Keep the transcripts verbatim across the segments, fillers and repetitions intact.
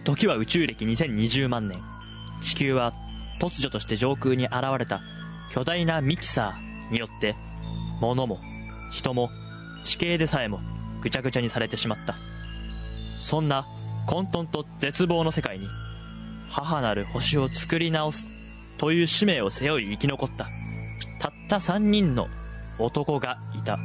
時は宇宙歴にせんにじゅうまんねん。地球は突如として上空に現れた巨大なミキサーによって物も人も地形でさえもぐちゃぐちゃにされてしまった。そんな混沌と絶望の世界に母なる星を作り直すという使命を背負い生き残ったたったさんにんの男がいた。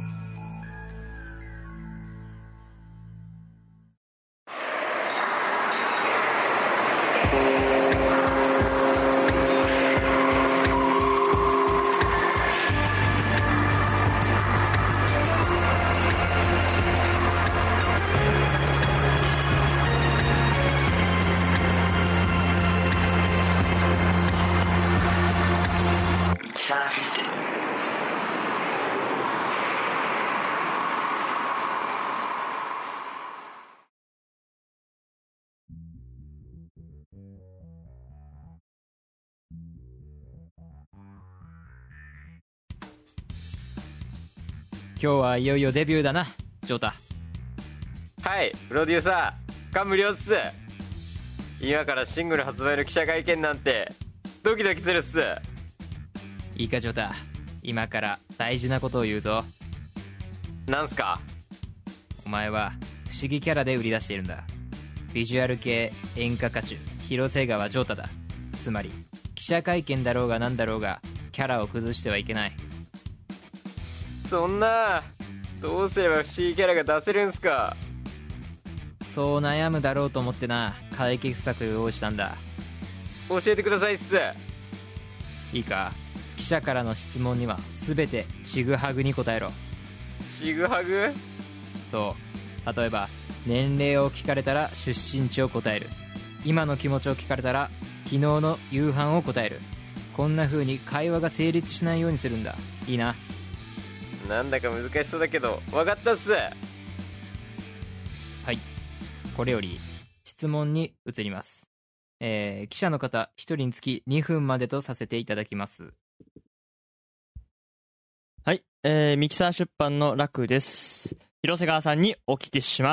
今日はいよいよデビューだな、ジョータ。 はい、プロデューサー感無量っす。今からシングル発売の記者会見なんてドキドキするっす。 いいかジョータ、今から大事なことを言うぞ。 なんすか？ お前は不思議キャラで売り出しているんだ。ビジュアル系演歌歌手広瀬川ジョータだ。つまり記者会見だろうがなんだろうがキャラを崩してはいけない。 そんなどうすれば不思議キャラが出せるんすか？ そう悩むだろうと思ってな、解決策を用意したんだ。 教えてくださいっす。 いいか、記者からの質問には全てちぐはぐに答えろ。 ちぐはぐ？ そう、例えば年齢を聞かれたら出身地を答える。今の気持ちを聞かれたら昨日の夕飯を答える。こんな風に会話が成立しないようにするんだ。いいな？ なんだか難しそうだけど分かったっす。 はい、これより質問に移ります。えー、記者の方ひとりにつきにふんまでとさせていただきます。 はい、えー、ミキサー出版の楽です。広瀬川さんにお聞きします。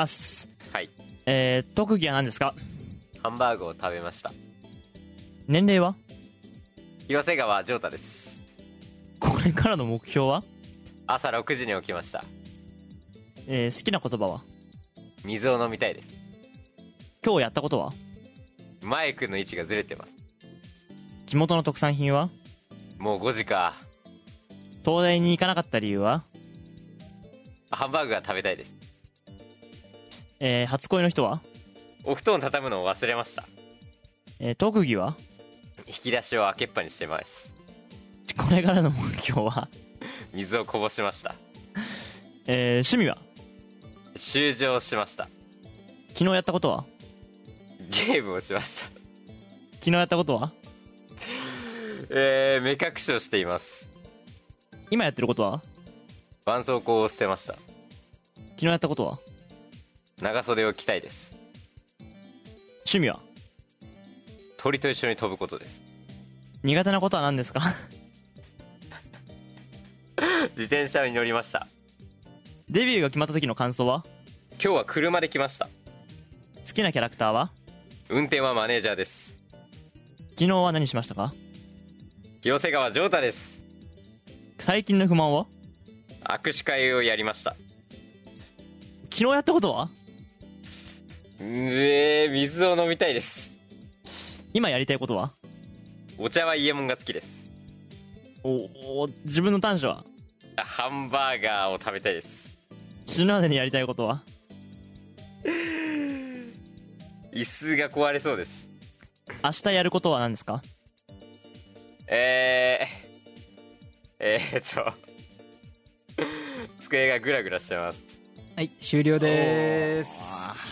はい。 えー、特技は何ですか？ ハンバーグを食べました。 年齢は？ 広瀬川ジョータです。 これからの目標は？ 朝ろくじに起きました。 えー、好きな言葉は？ 水を飲みたいです。 今日やったことは？ マイクの位置がずれてます。 地元の特産品は？ もうごじか。 東大に行かなかった理由は？ ハンバーグが食べたいです。 えー、初恋の人は？ お布団畳むのを忘れました。 えー、特技は？ 引き出しを開けっぱにしてます。 これからの目標は？ 水をこぼしました。 えー、趣味は？ 習字しました。 昨日やったことは？ ゲームをしました。 昨日やったことは？ えー、目隠しをしています。 今やってることは？ 絆創膏を捨てました。 昨日やったことは？ 長袖を着たいです。 趣味は？ 鳥と一緒に飛ぶことです。 苦手なことは何ですか？ 自転車に乗りました。 デビューが決まった時の感想は？ 今日は車で来ました。 好きなキャラクターは？ 運転はマネージャーです。 昨日は何しましたか？ 広瀬川ジョータです。 最近の不満は？ 握手会をやりました。 昨日やったことは？ えー、水を飲みたいです。 今やりたいことは？ お茶は伊右衛門が好きです。 おお、自分の短所は？ ハンバーガーを食べたいです。 死ぬまでにやりたいことは？ 椅子が壊れそうです。 明日やることは何ですか？ えー、えー、っと机がグラグラしてます。 はい、終了でーす。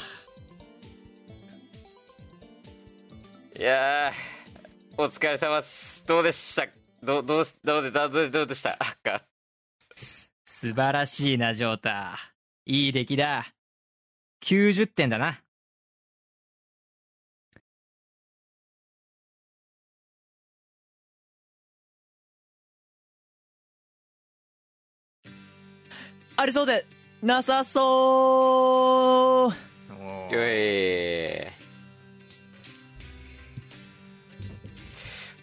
いやー、お疲れ様です。どうでしたどどうしどうでどうでどうでしたか？ 素晴らしいなジョータ、いい出来だ。きゅうじゅってんだな。 ありそうでなさそう。 よい。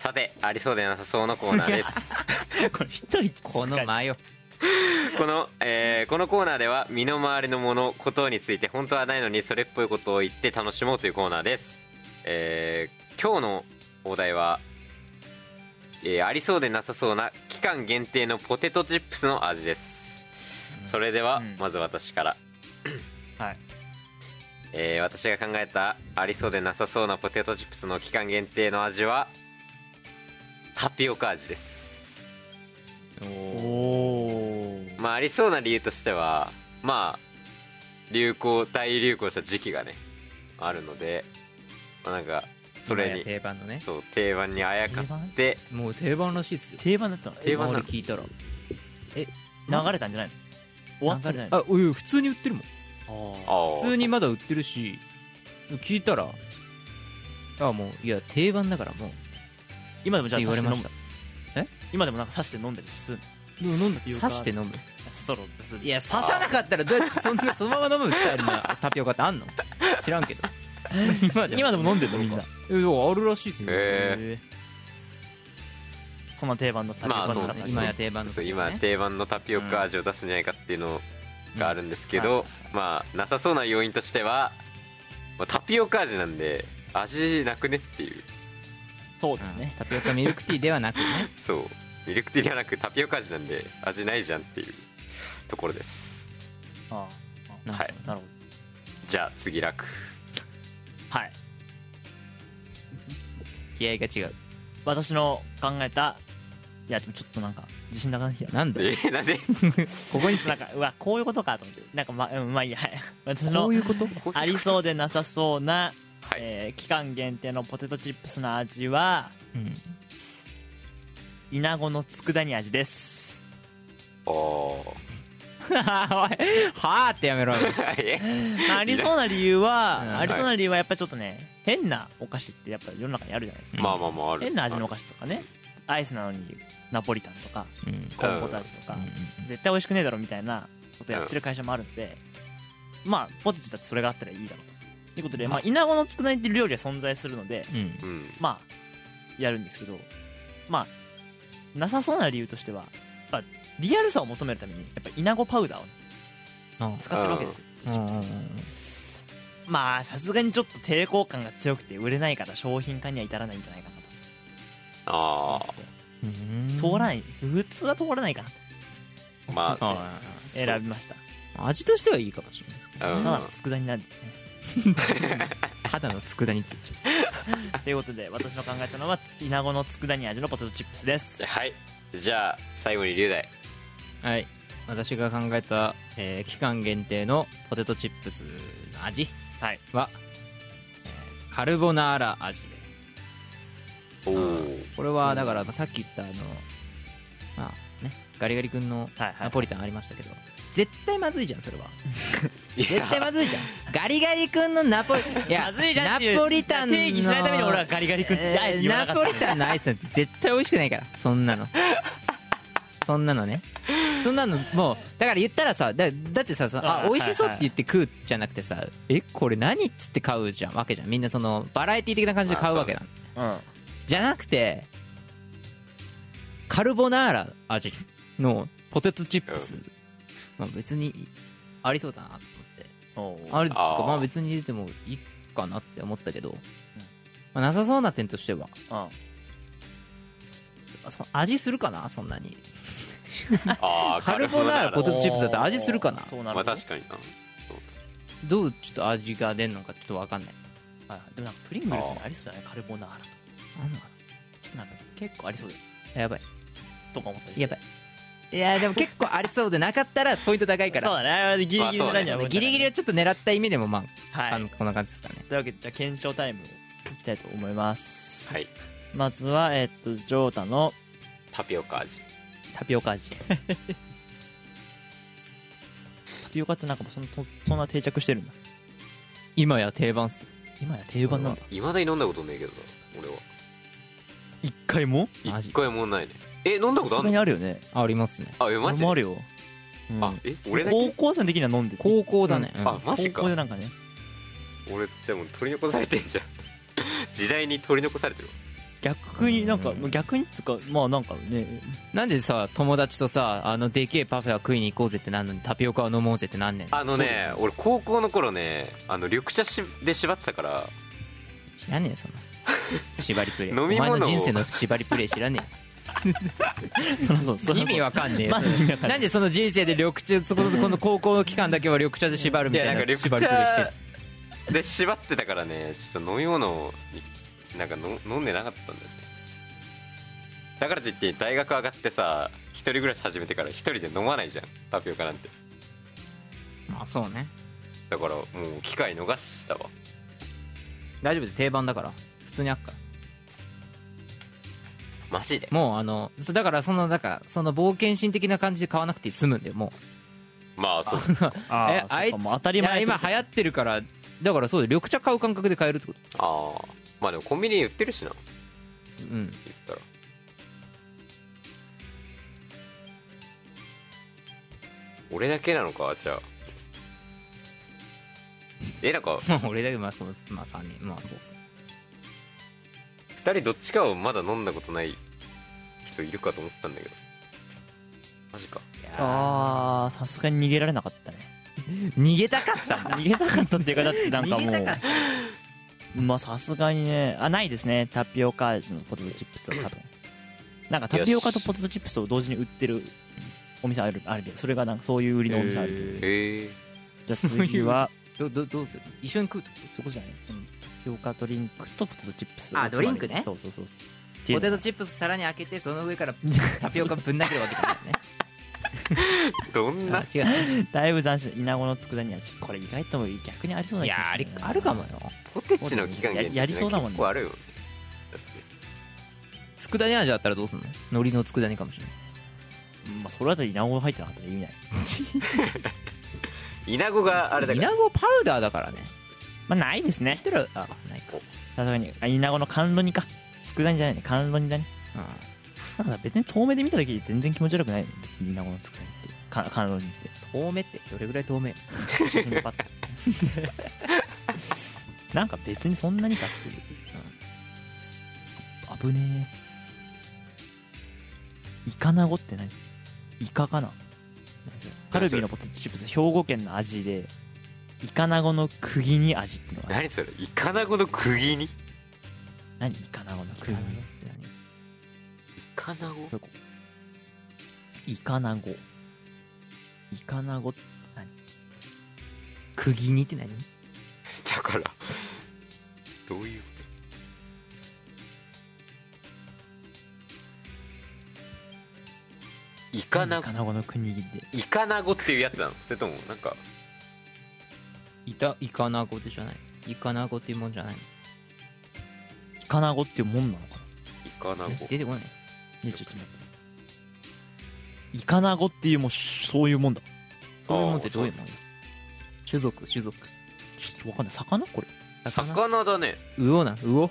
さて、ありそうでなさそうのコーナーですこれ一人この間よ。 この、えーこのコーナーでは身の回りのものことについて本当はないのにそれっぽいことを言って楽しもうというコーナーです。えー今日のお題は、えーありそうでなさそうな期間限定のポテトチップスの味です。それでは、 うんまず私から、 はいえー私が考えたありそうでなさそうなポテトチップスの期間限定の味はタピオカ味です。 おおまあありそうな理由としては、まあ流行大流行した時期がねあるので、まあ、なんかそれ今やに定番のね。 そう定番にあやかってもう定番らしいっすよ。 定番だったの定番なの今俺聞いたら流れたんじゃないの終わったんじゃないのあ、おい普通に売ってるもん。 あ普通にまだ売ってるし、聞いたらあもういや定番だからもう今でもじゃあって言われました。 今でもなんか刺して飲んだりするでも飲んでタピオカ刺して飲む。 ストローですいや刺さなかったらどうやってそんなそのまま飲むスタイルなタピオカってあんの？知らんけど。今今でも飲んでんのみんな。 えでもあるらしいっすよ。 へへーそんな定番のタピオカまあそう使った今や定番のそうね今定番のタピオカ味を出すんじゃないかっていうのがあるんですけど、まあなさそうな要因としては、まあタピオカ味なんで味なくねっていう。 そうだよねタピオカミルクティーではなくね。 そうミルクティーではなくタピオカ味なんで味ないじゃんっていうところです。 ああなはいなるほじゃあ次楽。 どはい気合が違う。 私の考えたいやでもちょっとなんか自信なくなってきたなんでえー、なんでここになんかうわこういうことかと思ってなんかま,、うん、まあいいやはい私のこういうこと？ ありそうでなさそうな、 はいえー期間限定のポテトチップスの味はうんイナゴの佃煮味ですおーおいはーってやめろよ。 えまあありそうな理由は、 うんありそうな理由はやっぱりちょっとね変なお菓子ってやっぱり世の中にあるじゃないですか、 まあまあまあある変な味のお菓子とかねアイスなのにナポリタンとかうんコーンポタージュとか、 うん絶対美味しくねえだろみたいなことやってる会社もあるんで、まあポテチだってそれがあったらいいだろうということで、まあ、イナゴの佃煮っていう料理は存在するのでうんうんまあやるんですけどまあなさそうな理由としてはやっぱリアルさを求めるためにやっぱイナゴパウダーを、ね、 あ使ってるわけですよチップスにうんうんうんまあさすがにちょっと抵抗感が強くて売れないから商品化には至らないんじゃないかなとあうん通らない普通は通らないかなとあまああ選びました味としてはいいかもしれないですけどうんただの佃煮なんでねただの佃煮って言っちゃということで私の考えたのはイナゴの佃煮味のポテトチップスですはいじゃあ最後に龍大。 う。はい私が考えた、えー期間限定のポテトチップスの味はいは、えーカルボナーラ味でおおこれはだからまあさっき言ったあのまあねガリガリ君のはいはいナポリタンありましたけど、絶対まずいじゃんそれは。 絶絶対まずいじゃん。ガリガリ君のナポリいやまずいじゃんっていうナポリタンの定義しないために俺はガリガリ君ってあえて言わなかったナポリタンのアイスなんて絶対美味しくないからそんなのそんなのねそんなのもうだから言ったらさだだってさそのああ美味しそうって言って食うじゃなくてさえこれ何っつって買うじゃんわけじゃんみんなそのバラエティ的な感じで買うわけなのうんじゃなくてカルボナーラ味のポテトチップス、まあ、別にありそうだなと思っておあれですかあーまあ別に入れてもいいかなって思ったけど、まあ、なさそうな点としてはうんそ味するかなそんなにああカルボナーラポテトチップスだったら味するかなそうなるまあ確かにな。 どうちょっと味が出るのかちょっと分かんないあでもなんかプリングルスにありそうだねカルボナーラあんのかとなんか結構ありそうだよなやばいとか思ったりしてやばいいやでも結構ありそうでなかったらポイント高いからそうだねあれギリギリまあそうだね狙いには思ったねギリギリをちょっと狙った意味でもまあ、 はいあのこんな感じですかねというわけでじゃあ検証タイムいきたいと思いますはいまずはえっとジョータのタピオカ味。 タピオカ味タピオカってなんかもうそんそそんな定着してるんだ今や定番っす今や定番なんだいまだに飲んだことねえけどな俺は。 一回もマジ一回もないね。え飲んだことあさすがにんの？ あるよねありますねあえマジ俺もあるよ、うんあえ俺だけ？ 高校生の時には飲んでて高校だね、うんあマジか高校。でなんかね俺じゃあもう取り残されてんじゃん。時代に取り残されてるわ。 逆になんか、 うん逆にっつうかまあなんかね、 なんでさ友達とさあのでけえパフェは食いに行こうぜってなんのにタピオカを飲もうぜってなんねん。 あのね俺高校の頃ねあの緑茶しで縛ってたから知らねえその縛りプレイ飲み物をお前の人生の縛りプレイ知らねそらそうそらそうえ意味わかんねえよ、 まず意味わかんないなんでその人生で緑茶このこの高校の期間だけは緑茶で縛るみたいないやなんか緑縛りプレイして茶で縛ってたからねちょっと飲み物になんかの飲んでなかったんだよね。だからといって大学上がってさ一人暮らし始めてから一人で飲まないじゃんタピオカなんて。 まあそうねだからもう機会逃したわ。 大丈夫で定番だから普通にあっからマジでもうあのそうだからそのなんかその冒険心的な感じで買わなくて済むんだよもうまあそうあえあいあそうかもう当たりいや前今流行ってるからだからそうだよ緑茶買う感覚で買えるってことああまあでもコンビニに売ってるしなうん言ったら。俺だけなのかじゃあ。えなんかまあ俺だけまあそうまあさんにんまあそうっすねふたりどっちかをまだ飲んだことない人いるかと思ったんだけどマジか。 あーさすがに逃げられなかったね。 逃げたかったんだ逃げたかったっていうかだってなんかも逃げたかっうまあさすがにねあないですねタピオカ味のポテトチップスは多分なんかタピオカとポテトチップスを同時に売ってるお店あるあるけどそれがなんかそういう売りのお店あるけど、 へえじゃあ次はどどどうする一緒に食うってこそこじゃない、うん、タピオカドリンクとポテトチップスあドリンクねそうそうそうとポテトチップスさらに開けてその上からタピオカぶん投げるわけじゃないですねどんなあ違うだいぶ斬新イナゴの佃煮味これ意外と逆にありそうない気がやありするなあるかもよポテチの期間限定ってやりそうだもんね結構あるよねだって佃煮味あったらどうすんの海苔の佃煮かもしれないまあそれだとイナゴ入ってなかったら意味ないイナゴがあれだからイナゴパウダーだからねまあないですね言ったらあないかさすがにあイナゴの甘露煮か佃煮じゃないね甘露煮だねなんかさ別に遠目で見た時全然気持ち悪くないの別にイナゴの佃煮ってか甘露煮って遠目ってどれぐらい遠目写真でパッとなんか別にそんなにかっていう、うん、危ねえイカナゴって何イカかなカルビーのポテトチップス兵庫県の味でイカナゴの釘煮味っていうのが何それイカナゴの釘にイ何イカナゴの釘煮ってカナゴ何イカナゴイカナゴって何釘煮って何だからどういうイカナゴイカナゴの釘煮でイカナゴっていうやつなのそれともなんかイタイカナゴでじゃないイカナゴっていうもんじゃないイカナゴっていうもんなのかイカナゴえ出てこないなねちょっと待ってイカナゴっていうもうそういうもんだそういうもんってどういうもん種族種族ちょっとわかんない魚これ魚だね魚な魚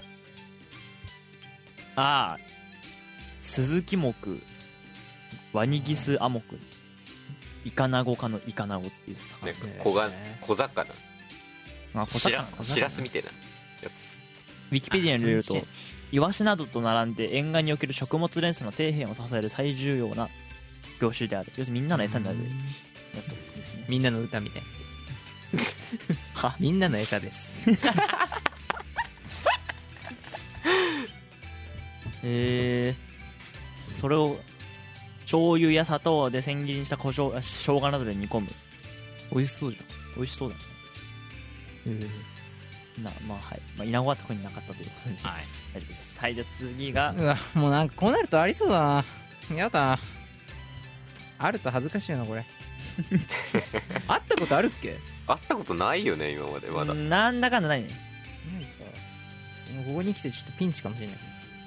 ああスズキ目ワニギスアモクイカナゴ科のイカナゴっていう魚、 なんか小が小魚あ小魚しらすしらすみたいなやウィキペディアによるとあそうイワシなどと並んで沿岸における食物連鎖の底辺を支える最重要な業種である要するにみんなの餌になるやつですねみんなの歌みたいはみんなの餌ですえー、それを醤油や砂糖で千切りにした胡椒あ生姜などで煮込む美味しそうじ美味しそうだねゃんへなまあはい、まあ、イナゴは特になかったということではい大丈夫ですはいじゃあ次がうわもうなんかこうなるとありそうだなやだあると恥ずかしいなこれ会ったことあるっけつ会ったことないよね今までまだなんだかんだないねないかもうここに来てちょっとピンチかもしれない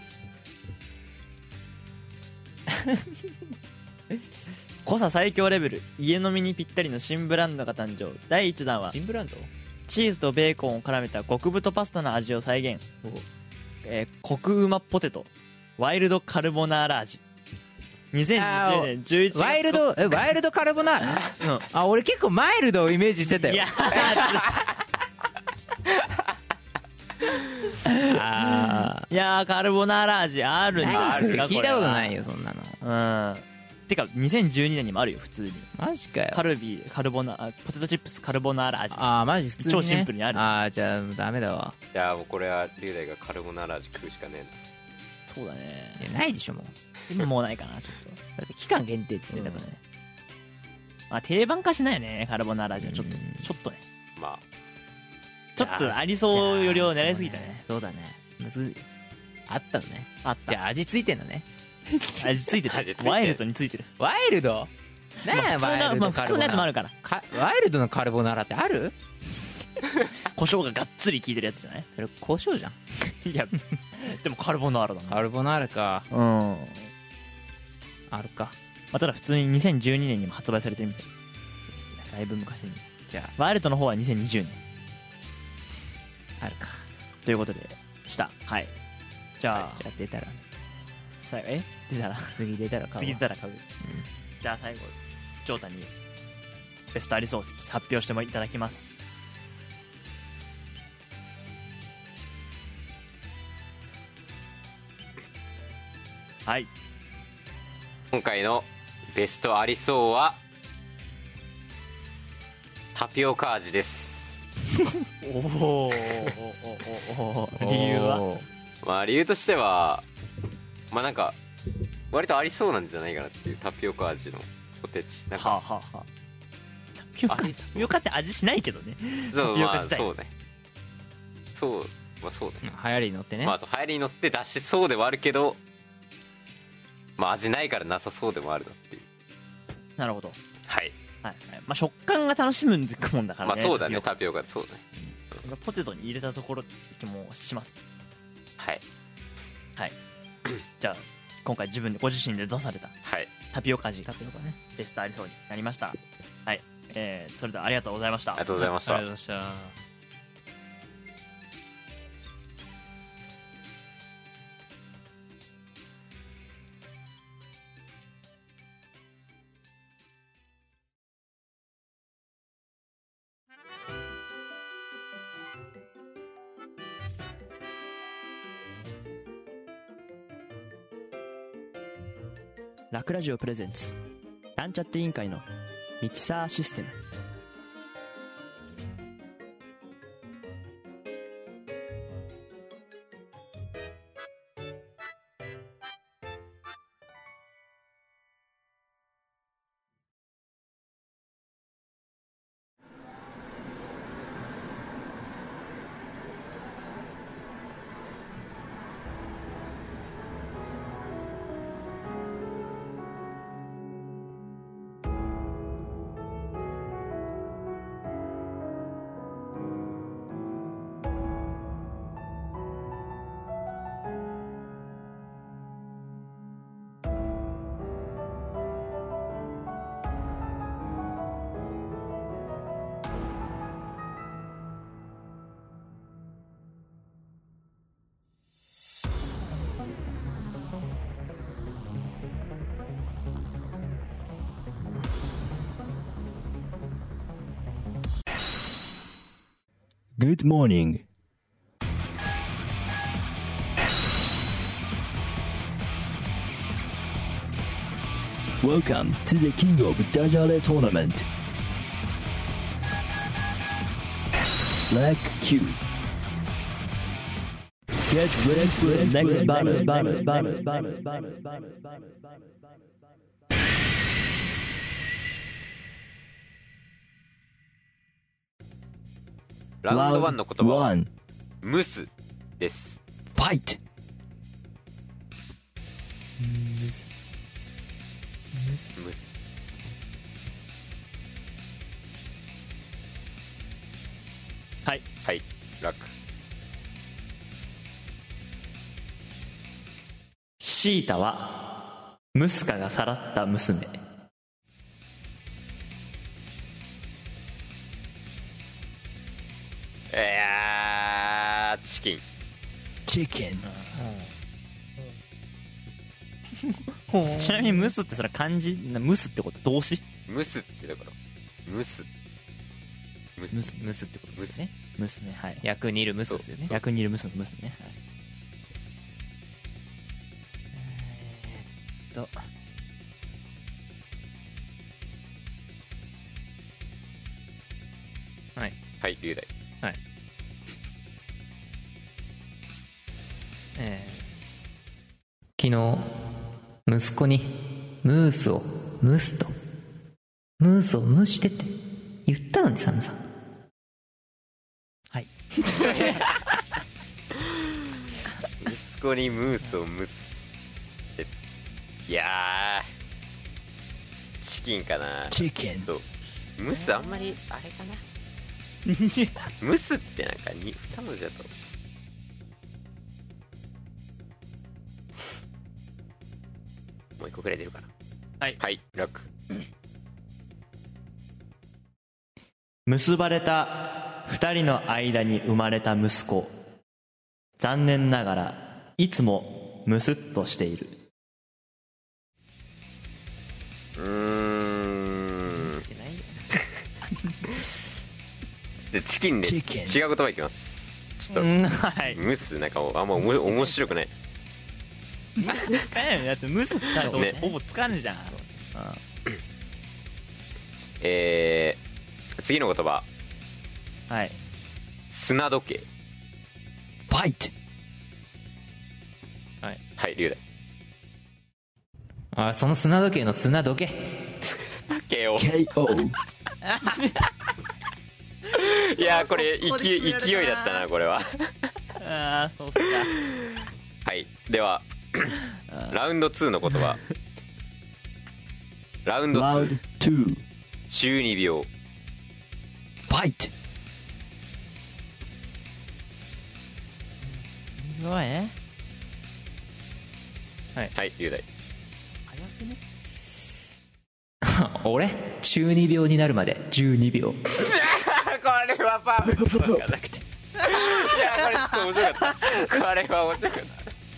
濃さ最強レベル家飲みにぴったりの新ブランドが誕生だいいちだんは新ブランドチーズとベーコンを絡めた極太パスタの味を再現、えー、コクうまポテトワイルドカルボナーラ味にせんにじゅうねんじゅういちがつワイルドえワイルドカルボナーラうんあ俺結構マイルドをイメージしてたよいやあいやーカルボナーラ味あるんあですか。 聞いたことないよ。 よそんなの。 うんてかにせんじゅうにねんにもあるよ普通に。 マジかよ。 カルビーカルボナあポテトチップスカルボナーラ味。 ああマジ普通に、ね、 超シンプルにある。 ああじゃあダメだわ。 いやもうこれは龍大がカルボナーラ味食うしかねそうだね。 いやないでしょもう。 今もうないかなちょっと。 だって期間限定って言ってたからね。 まあ定番化しないよねカルボナーラ味はちょっとうんちょっとねえな。まあちょっとありそうよりを狙いすぎたね。 そうだね。むずい。あったのね。 あったじゃあ味ついてんのね。 味ついて味ついてるるワイルドについてる。 ワイルドねえ、 まあ普通ワイルドのまあ普通のやつもあるるからかワイルドのカルボナーラってある？ 胡椒ががっつり効いてるやつじゃない？ それ胡椒じゃん。 いやでもカルボナーラだカルボナーラか。 な。うんまあるか。 あただ普通ににせんじゅうにねんにも発売されてるみたい。だいぶ昔に。 じゃワイルドの方はにせんにじゅうねんああるか。 ということでしたはい。じゃあじゃあ出たら最後え出たら次出たら買うわ。 次出たら買う。じゃあ最後ジョータにベストありそう発表してもいただきます。はい今回のベストありそうはタピオカ味です。 おお理由はおーまあ理由としてはまあなんか割とありそうなんじゃないかなっていうタピオカ味のポテチなんかはあはあはあタピオカタありピオカって味しないけどね。 そうまあタピオカ自体そうねそうまあそうね流行りに乗ってね。 まあそう流行りに乗って出しそうではあるけどまあ味ないからなさそうでもあるなっていう。 なるほど。 はいはいはいまあ食感が楽しむもんだからね。 まあそうだねタタピオカそうだねピオカポテトに入れたところって気もします。 はいはいじゃあ今回自分でご自身で出されたはいタピオカ味タピオカねベストありそうになりました。はいえー、それではありがとうございました。 ありがとうございましたありがとうございました。 ラクラジオプレゼンツなんちゃって委員会のミキサーシステム。Good morning. Welcome to the King of Dajale Tournament. Black Q. Get ready for the next battle. battle, battle, battle, battle, battle, battle. ラウンドワンの言葉は One. ムスです。 Fight. ムスはいはいラックシータはムスカがさらった娘。 いやーチキンチキン。ちなみにムスってそれ漢字なムスってこと動詞？ ムスってだからムスムスムスムスってことですよね。 ムスねはい。 役にいるムスですよね。 そう逆にいるムスのムスね。はいとはいはい龍大。 えー、昨日息子にムースを蒸すとムースを蒸してって言ったのに散々。はい。 息子にムースを蒸すっていやーチキンかな。 チキンと蒸すあんまりあれかな蒸すってなんかに二文字だともう一個くらい出るかな。 はいはいラック。 結ばれた二人の間に生まれた息子、残念ながらいつもムスッとしている。 うーんでチキンで違うチキン言葉いきます。ちょっとうんはい蒸すなんかあんまおも面白くない。 使えないよ。だってムスったらねほぼ使わんじゃん。 えー、次の言葉はい。 砂時計。 ファイト。 はい龍大。 あ、その砂時計の砂どけ。 ケーオー。 ケーオー。 いやーこれ勢い勢いだったなこれは。 ああそうっすか。 はいではラウンドツーの言葉。ラウンドツーツー。 中二病。 ファイト。すごいね。 はい龍大。 俺中二病になるまでじゅうにびょう。 これはパーフェクトじゃなくていやこれちょっと面白かったこれは面白か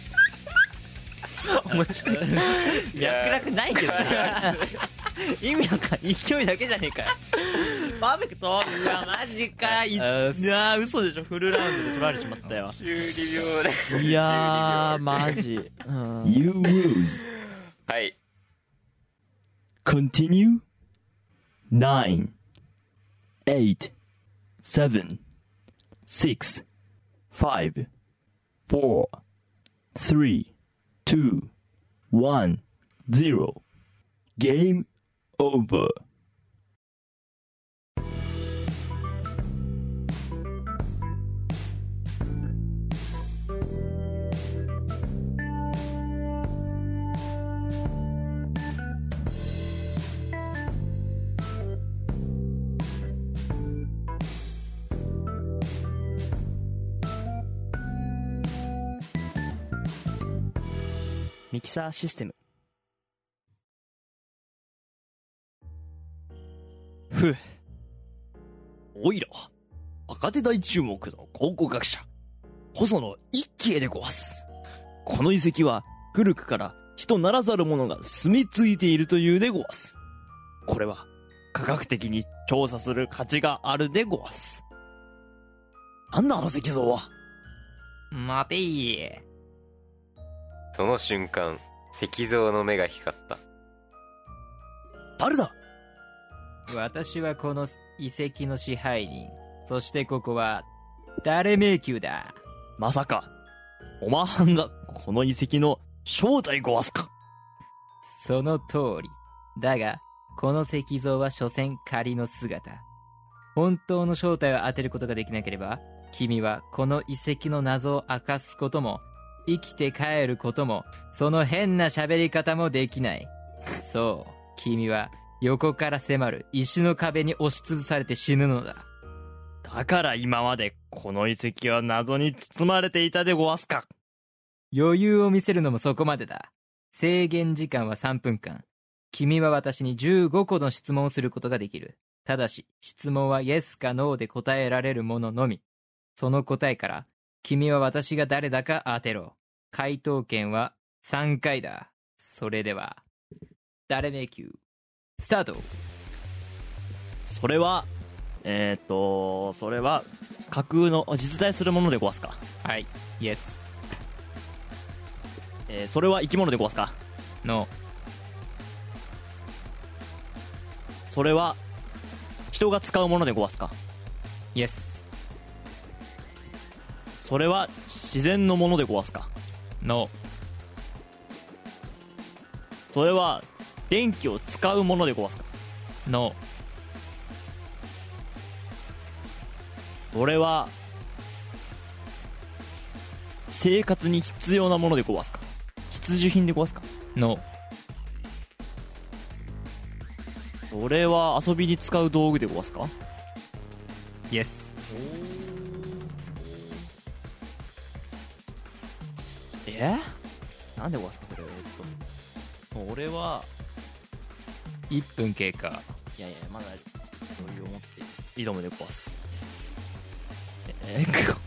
った面白い。脈絡ないけどね。意味なんか勢いだけじゃねえかよ。パーフェクト。うわマジかい。いやー嘘でしょ。フルラウンドで取られちまったよ。 中二病でいやーマジ、うん、 You lose. はい Continue. Nine, eight, seven, six, five, four, three, two, one, zero. Game over. ミキサーシステム。ふう。おいらは若手大注目の考古学者細野一慶でごわす。この遺跡は古くから人ならざる者が住み着いているというでごわす。これは科学的に調査する価値があるでごわす。なんだあの石像は。 待てい。 その瞬間石像の目が光った。 誰だ。 私はこの遺跡の支配人。そしてここは誰迷宮だ。 まさかおまはんがこの遺跡の正体ごわすか。 その通りだが、この石像は所詮仮の姿。本当の正体を当てることができなければ、君はこの遺跡の謎を明かすことも生きて帰ることも、その変な喋り方もできない。そう、君は横から迫る石の壁に押しつぶされて死ぬのだ。 だから今までこの遺跡は謎に包まれていたでごわすか。 余裕を見せるのもそこまでだ。制限時間はさんぷんかん。君は私にじゅうごこの質問をすることができる。ただし質問はイエスかノーで答えられるもののみ。その答えから君は私が誰だか当てろ。回答権はさんかいだ。それでは誰迷宮スタート。 それはえー、っとそれは架空の実在するものでごわすか。 はい、イエスえー、それは生き物でごわすか。 ノそれは人が使うものでごわすか？ イエス。 それは自然のものでごわすか？ ノそれは電気を使うものでごわすか？ ー。ノそれは生活に必要なものでごわすか？必需品でごわすか？ ー。ノー。 それは遊びに使う道具でごわすか？ イエス。 えなんでごわすかそれ？えっと俺はいっぷん経過。 いやいやまだ余裕を持って挑むでごわす。えー、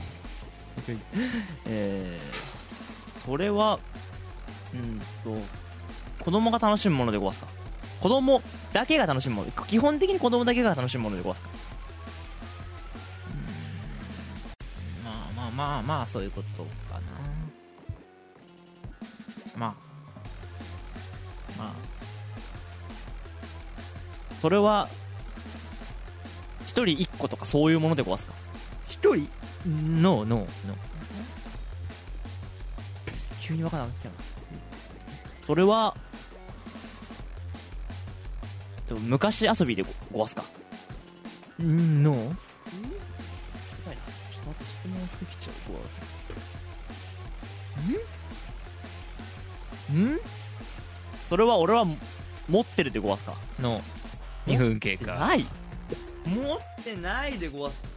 えー、それはうんと子供が楽しむものでごわすか？子供だけが楽しむもの、基本的に子供だけが楽しむものでごわすか？ まあまあまあまあそういうことかな。まあまあそれは一人一個とかそういうものでごわすか？ 一人。ノーノーノー。 急にわからなくなっちゃう。それはでも昔遊びで ご, ごわすか？ んノー。 ちょっと待って質問をつけきちゃう。ごわすんんそれは俺は持ってるでごわすか？ ノー。にふん経過。 ない持ってないでごわす。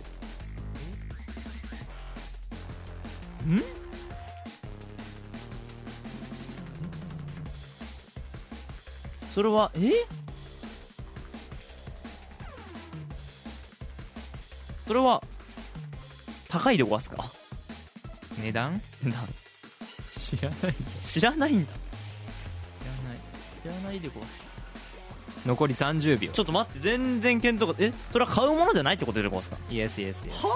んそれはえそれは高いでごわすか？ 値段知らない。 知らないんだ。 知らない。 知らないでごわす。 残りさんじゅうびょう。 ちょっと待って全然見当がえそれは買うものじゃないってことでごわすか？ イエスイエスイエス。 は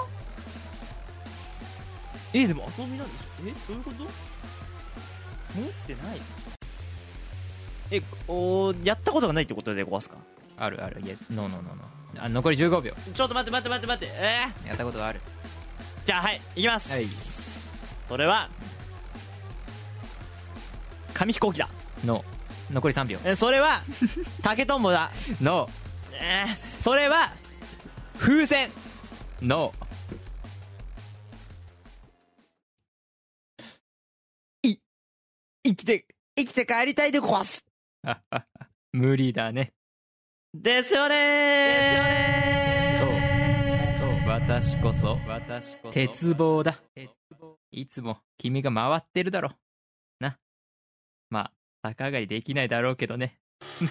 えでも遊びなんでしょ？えどういうこと？持ってないえおやったことがないってことでごわすか？ あるある。イエス。ノーノーノーノー。あ、残りじゅうごびょう。 ちょっと待って待って待って待ってえやったことある。 ー、じゃあはいいきます、 はい。 それは紙飛行機だ。 ノー。残りさんびょう。 えそれは竹とんぼだ。 ノえー、それは風船。 ー。ノ生きて生きて帰りたいでごわす。 ー。無理だね。 ですよねー。ですよねそうそう。私こそ私こそ鉄棒だ。いつも君が回ってるだろな。まあ逆上がりできないだろうけどね。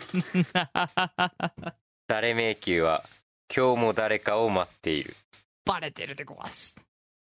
誰迷宮は今日も誰かを待っている。 バレてるでごわす。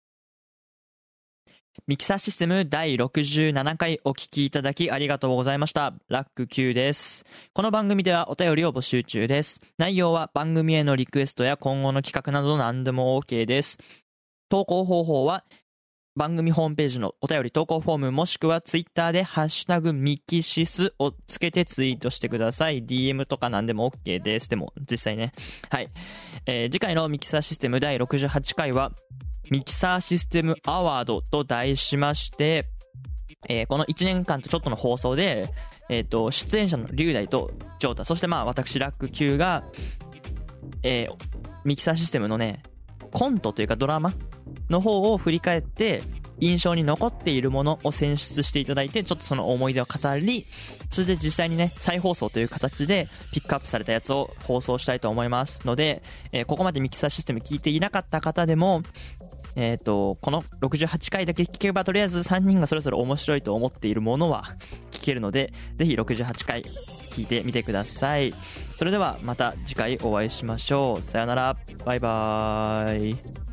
ミキサーシステムだいろくじゅうななかいお聞きいただきありがとうございました。ラック Q です。この番組ではお便りを募集中です。内容は番組へのリクエストや今後の企画など何でも OK です。投稿方法は番組ホームページのお便り投稿フォームもしくはツイッターでハッシュタグミキシスをつけてツイートしてください。ディーエム とか何でも OK です。でも実際ね。はい。えー、次回のミキサーシステムだいろくじゅうはちかいはミキサーシステムアワードと題しまして、えー、このいちねんかんとちょっとの放送で、えー、と出演者の龍大とジョータ、そしてまあ私ラック Q が、えー、ミキサーシステムのねコントというかドラマの方を振り返って印象に残っているものを選出していただいて、ちょっとその思い出を語り、それで実際にね再放送という形でピックアップされたやつを放送したいと思いますので、えー、ここまでミキサーシステム聞いていなかった方でもえーとこのろくじゅうはちかいだけ聞けばとりあえずさんにんがそれぞれ面白いと思っているものは聞けるので、ぜひろくじゅうはちかい聞いてみてください。それではまた次回お会いしましょう。さよなら、バイバーイ。